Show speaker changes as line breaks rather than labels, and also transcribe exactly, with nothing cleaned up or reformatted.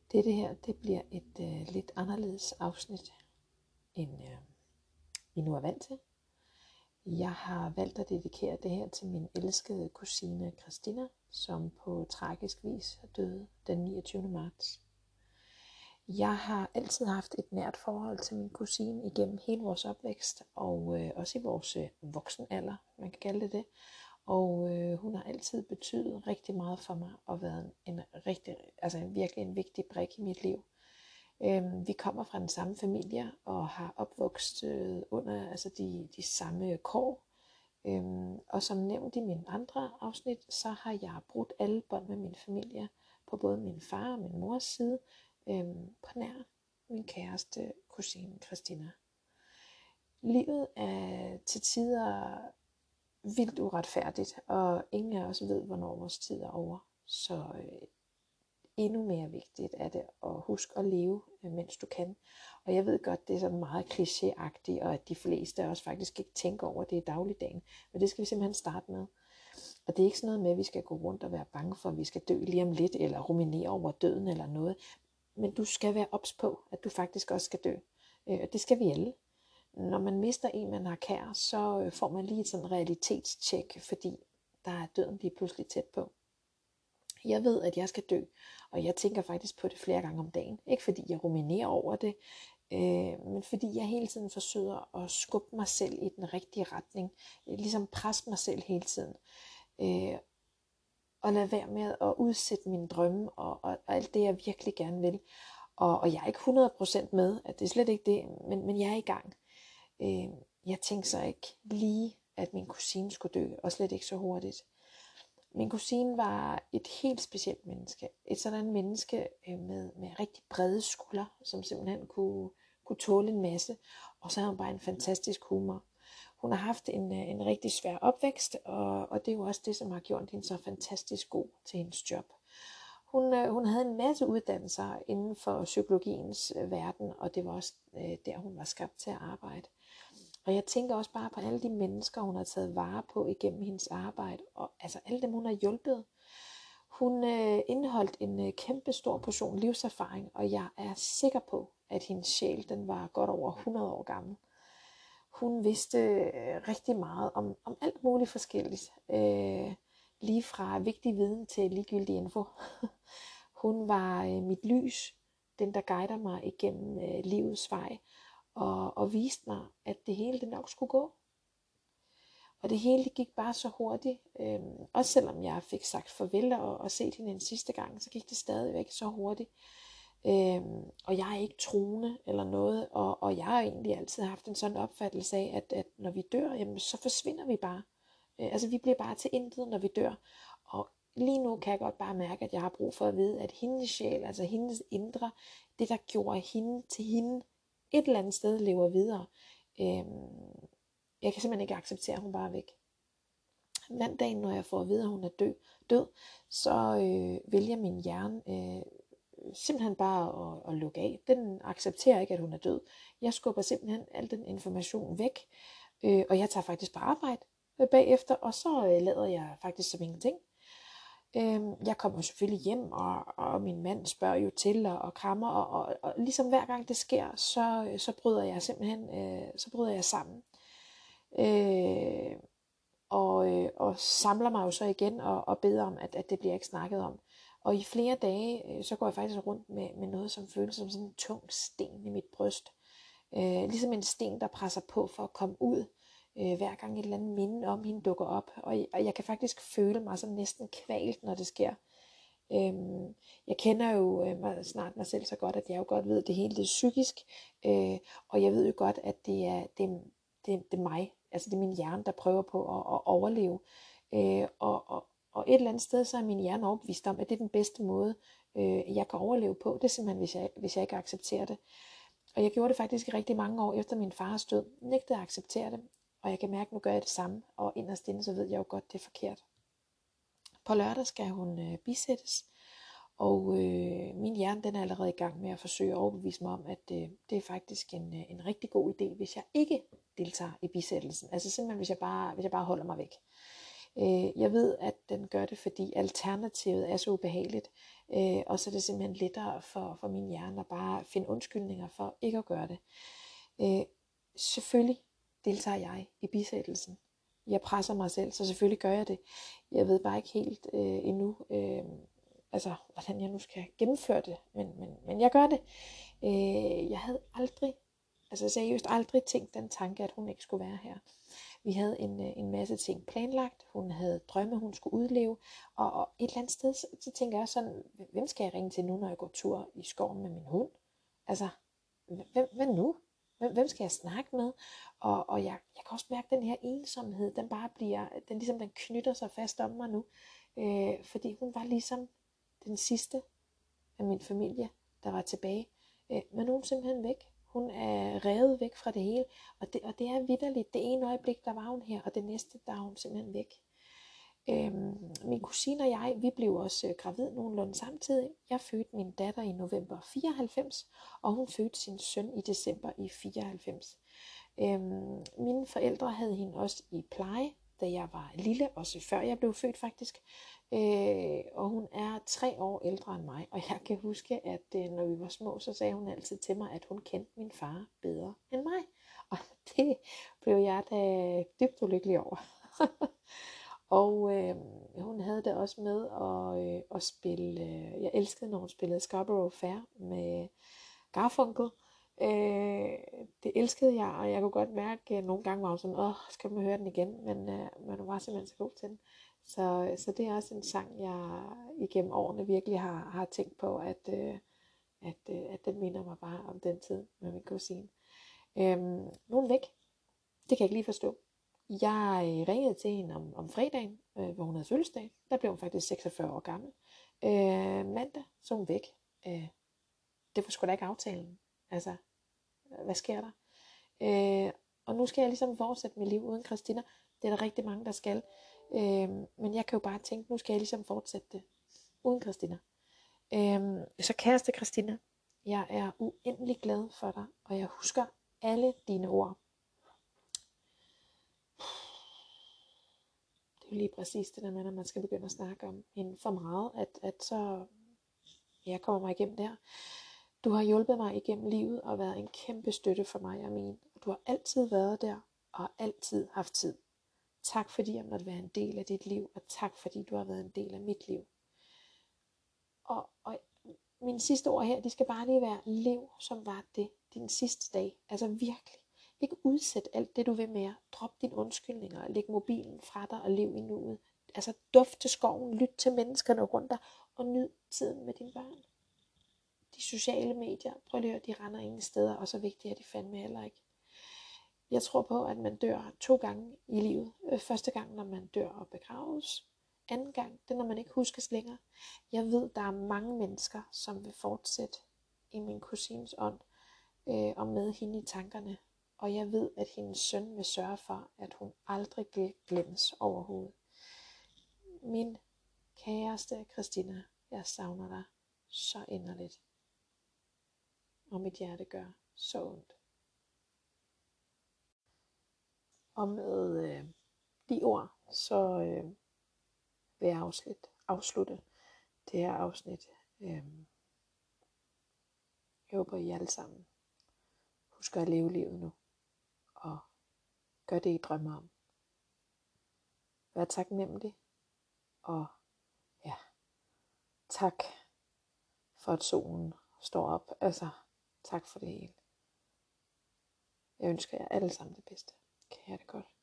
Dette her, det bliver et øh, lidt anderledes afsnit, end øh, I nu er vant til. Jeg har valgt at dedikere det her til min elskede kusine Christina, som på tragisk vis døde den niogtyvende marts. Jeg har altid haft et nært forhold til min kusine igennem hele vores opvækst, og øh, også i vores øh, voksenalder, man kan kalde det det. Og øh, hun har altid betydet rigtig meget for mig, og været en, rigtig, altså en virkelig en vigtig brik i mit liv. Øhm, vi kommer fra den samme familie, og har opvokset under altså de, de samme kår. Øhm, og som nævnt i mine andre afsnit, så har jeg brudt alle bånd med min familie, på både min far og min mors side, øhm, på nær min kæreste kusine Christina. Livet er til tider vildt uretfærdigt, og ingen af os ved, hvornår vores tid er over. Så øh, endnu mere vigtigt er det at huske at leve, øh, mens du kan. Og jeg ved godt, det er sådan meget klichéagtigt, og at de fleste af os faktisk ikke tænker over det i dagligdagen. Men det skal vi simpelthen starte med. Og det er ikke sådan noget med, at vi skal gå rundt og være bange for, at vi skal dø lige om lidt, eller ruminere over døden eller noget. Men du skal være ops på, at du faktisk også skal dø. Øh, og det skal vi alle. Når man mister en, man har kær, så får man lige et sådan realitetstjek, fordi der er døden lige pludselig tæt på. Jeg ved, at jeg skal dø, og jeg tænker faktisk på det flere gange om dagen. Ikke fordi jeg ruminerer over det, øh, men fordi jeg hele tiden forsøger at skubbe mig selv i den rigtige retning. Ligesom presse mig selv hele tiden. Øh, og lade være med at udsætte mine drømme og, og, og alt det, jeg virkelig gerne vil. Og, og jeg er ikke hundrede procent med, at det er slet ikke det, men, men jeg er i gang. Øh, jeg tænkte så ikke lige, at min kusine skulle dø, og slet ikke så hurtigt. Min kusine var et helt specielt menneske. Et sådan menneske øh, med, med rigtig brede skuldre, som simpelthen kunne, kunne tåle en masse. Og så havde hun bare en fantastisk humor. Hun har haft en, en rigtig svær opvækst, og, og det er jo også det, som har gjort hende så fantastisk god til hendes job. Hun, øh, hun havde en masse uddannelser inden for psykologiens øh, verden, og det var også øh, der, hun var skabt til at arbejde. Og jeg tænker også bare på alle de mennesker, hun har taget vare på igennem hendes arbejde, og altså alle dem, hun har hjulpet. Hun øh, indeholdt en øh, kæmpe stor portion livserfaring, og jeg er sikker på, at hendes sjæl, den var godt over hundrede år gammel. Hun vidste øh, rigtig meget om, om alt muligt forskelligt. Øh, lige fra vigtig viden til ligegyldig info. Hun var øh, mit lys, den der guider mig igennem øh, livets vej. Og, og viste mig, at det hele det nok skulle gå. Og det hele det gik bare så hurtigt. Øhm, også selvom jeg fik sagt farvel og, og set hende en sidste gang, så gik det stadigvæk så hurtigt. Øhm, og jeg er ikke troende eller noget, og, og jeg har egentlig altid haft en sådan opfattelse af, at, at når vi dør, jamen, så forsvinder vi bare. Øh, altså vi bliver bare til intet, når vi dør. Og lige nu kan jeg godt bare mærke, at jeg har brug for at vide, at hendes sjæl, altså hendes indre, det der gjorde hende til hende, et eller andet sted lever videre. Øhm, jeg kan simpelthen ikke acceptere, at hun bare er væk. Den dag, når jeg får at vide, at hun er død, død så øh, vælger min hjerne øh, simpelthen bare at, at lukke af. Den accepterer ikke, at hun er død. Jeg skubber simpelthen al den information væk, øh, og jeg tager faktisk på arbejde øh, bagefter, og så øh, lader jeg faktisk som ingenting. Jeg kommer selvfølgelig hjem, og, og min mand spørger jo til og, og krammer, og, og, og ligesom hver gang det sker, så, så bryder jeg simpelthen øh, så bryder jeg sammen. Øh, og, øh, og samler mig jo så igen og, og beder om, at, at det bliver ikke snakket om. Og i flere dage, øh, så går jeg faktisk rundt med, med noget, som føles som sådan en tung sten i mit bryst. Øh, ligesom en sten, der presser på for at komme ud. Øh, hver gang et eller andet minde om hende dukker op. Og jeg, og jeg kan faktisk føle mig som næsten kvalt, når det sker. Øhm, jeg kender jo øh, mig, snart mig selv så godt, at jeg jo godt ved, at det hele det er psykisk. Øh, og jeg ved jo godt, at det er, det, det, det er mig. Altså det er min hjerne, der prøver på at, at overleve. Øh, og, og, og et eller andet sted, så er min hjerne overbevist om, at det er den bedste måde, øh, jeg kan overleve på. Det er simpelthen, hvis jeg, hvis jeg ikke accepterer det. Og jeg gjorde det faktisk i rigtig mange år efter min fars død. Nægtede at acceptere det. Og jeg kan mærke, at nu gør jeg det samme. Og inderst inde, så ved jeg jo godt, det er forkert. På lørdag skal hun øh, bisættes. Og øh, min hjerne, den er allerede i gang med at forsøge at overbevise mig om, at øh, det er faktisk en, øh, en rigtig god idé, hvis jeg ikke deltager i bisættelsen. Altså simpelthen, hvis jeg bare, hvis jeg bare holder mig væk. Øh, jeg ved, at den gør det, fordi alternativet er så ubehageligt, øh, og så er det simpelthen lettere for, for min hjerne at bare finde undskyldninger for ikke at gøre det. Øh, selvfølgelig deltager jeg i bisættelsen. Jeg presser mig selv, så selvfølgelig gør jeg det. Jeg ved bare ikke helt øh, endnu, øh, altså hvordan jeg nu skal gennemføre det, men, men, men jeg gør det. Øh, jeg havde aldrig, altså seriøst aldrig tænkt den tanke, at hun ikke skulle være her. Vi havde en, en masse ting planlagt. Hun havde drømme, hun skulle udleve. Og, og et eller andet sted, så, så tænker jeg sådan, hvem skal jeg ringe til nu, når jeg går tur i skoven med min hund? Altså, hvem, hvad nu? Hvem, hvem skal jeg snakke med? Og, og jeg, jeg kan også mærke, at den her ensomhed, den bare bliver, den ligesom den knytter sig fast om mig nu. Øh, fordi hun var ligesom den sidste af min familie, der var tilbage. Øh, men hun er simpelthen væk. Hun er revet væk fra det hele, og det, og det er vitterligt. Det ene øjeblik, der var hun her, og det næste, der er hun simpelthen væk. Øhm, min kusine og jeg, vi blev også øh, gravid nogenlunde samtidig. Jeg fødte min datter i november fireoghalvfems, og hun fødte sin søn i december i fireoghalvfems. Øhm, mine forældre havde hende også i pleje, da jeg var lille, også før jeg blev født faktisk. Øh, og hun er tre år ældre end mig, og jeg kan huske, at øh, når vi var små, så sagde hun altid til mig, at hun kendte min far bedre end mig. Og det blev jeg da dybt ulykkelig over. Og øh, hun havde det også med at, øh, at spille, øh, jeg elskede, når hun spillede Scarborough Fair med Garfunkel. Øh, det elskede jeg, og jeg kunne godt mærke, at nogle gange var hun sådan, åh, skal man høre den igen, men, øh, men hun var simpelthen så god til den. Så, så det er også en sang, jeg igennem årene virkelig har, har tænkt på, at, øh, at, øh, at den minder mig bare om den tid med min kusine. Øhm, nu er hun væk. Det kan jeg ikke lige forstå. Jeg ringede til hende om, om fredagen, øh, hvor hun havde fødselsdag. Der blev hun faktisk seksogfyrre år gammel. Øh, mandag, så er hun væk. Øh, det var sgu da ikke aftalen. Altså, hvad sker der? Øh, og nu skal jeg ligesom fortsætte mit liv uden Christina. Det er der rigtig mange, der skal. Øh, men jeg kan jo bare tænke, nu skal jeg ligesom fortsætte det uden Christina. Øh, så kæreste Christina, jeg er uendelig glad for dig, og jeg husker alle dine ord. Det er jo lige præcis det der med, at man skal begynde at snakke om hende for meget, at, at så jeg kommer mig igennem der. Du har hjulpet mig igennem livet og været en kæmpe støtte for mig og min. Du har altid været der og altid haft tid. Tak fordi jeg måtte være en del af dit liv, og tak fordi du har været en del af mit liv. Og, og mine sidste ord her, de skal bare lige være, lev som var det din sidste dag. Altså virkelig. Ikke udsæt alt det du vil mere. Drop dine undskyldninger, læg mobilen fra dig og lev i nuet. Altså duft til skoven, lyt til menneskerne rundt dig og nyd tiden med dine børn. De sociale medier, prøv lige at høre, de render ingen steder, og så vigtigt er de fandme heller ikke. Jeg tror på, at man dør to gange i livet. Første gang, når man dør og begraves. Anden gang, det er, når man ikke huskes længere. Jeg ved, der er mange mennesker, som vil fortsætte i min kusines ånd, øh, og med hende i tankerne. Og jeg ved, at hendes søn vil sørge for, at hun aldrig glemmes overhovedet. Min kæreste Christina, jeg savner dig så inderligt. Og mit hjerte gør så ondt. Og med øh, de ord, så øh, vil jeg afslutte, afslutte det her afsnit. Øh, jeg håber, I alle sammen husker at leve livet nu. Og gør det, I drømmer om. Vær taknemmelig. Og ja, tak for at solen står op. Altså, tak for det hele. Jeg ønsker jer alle sammen det bedste. Kan I have det godt.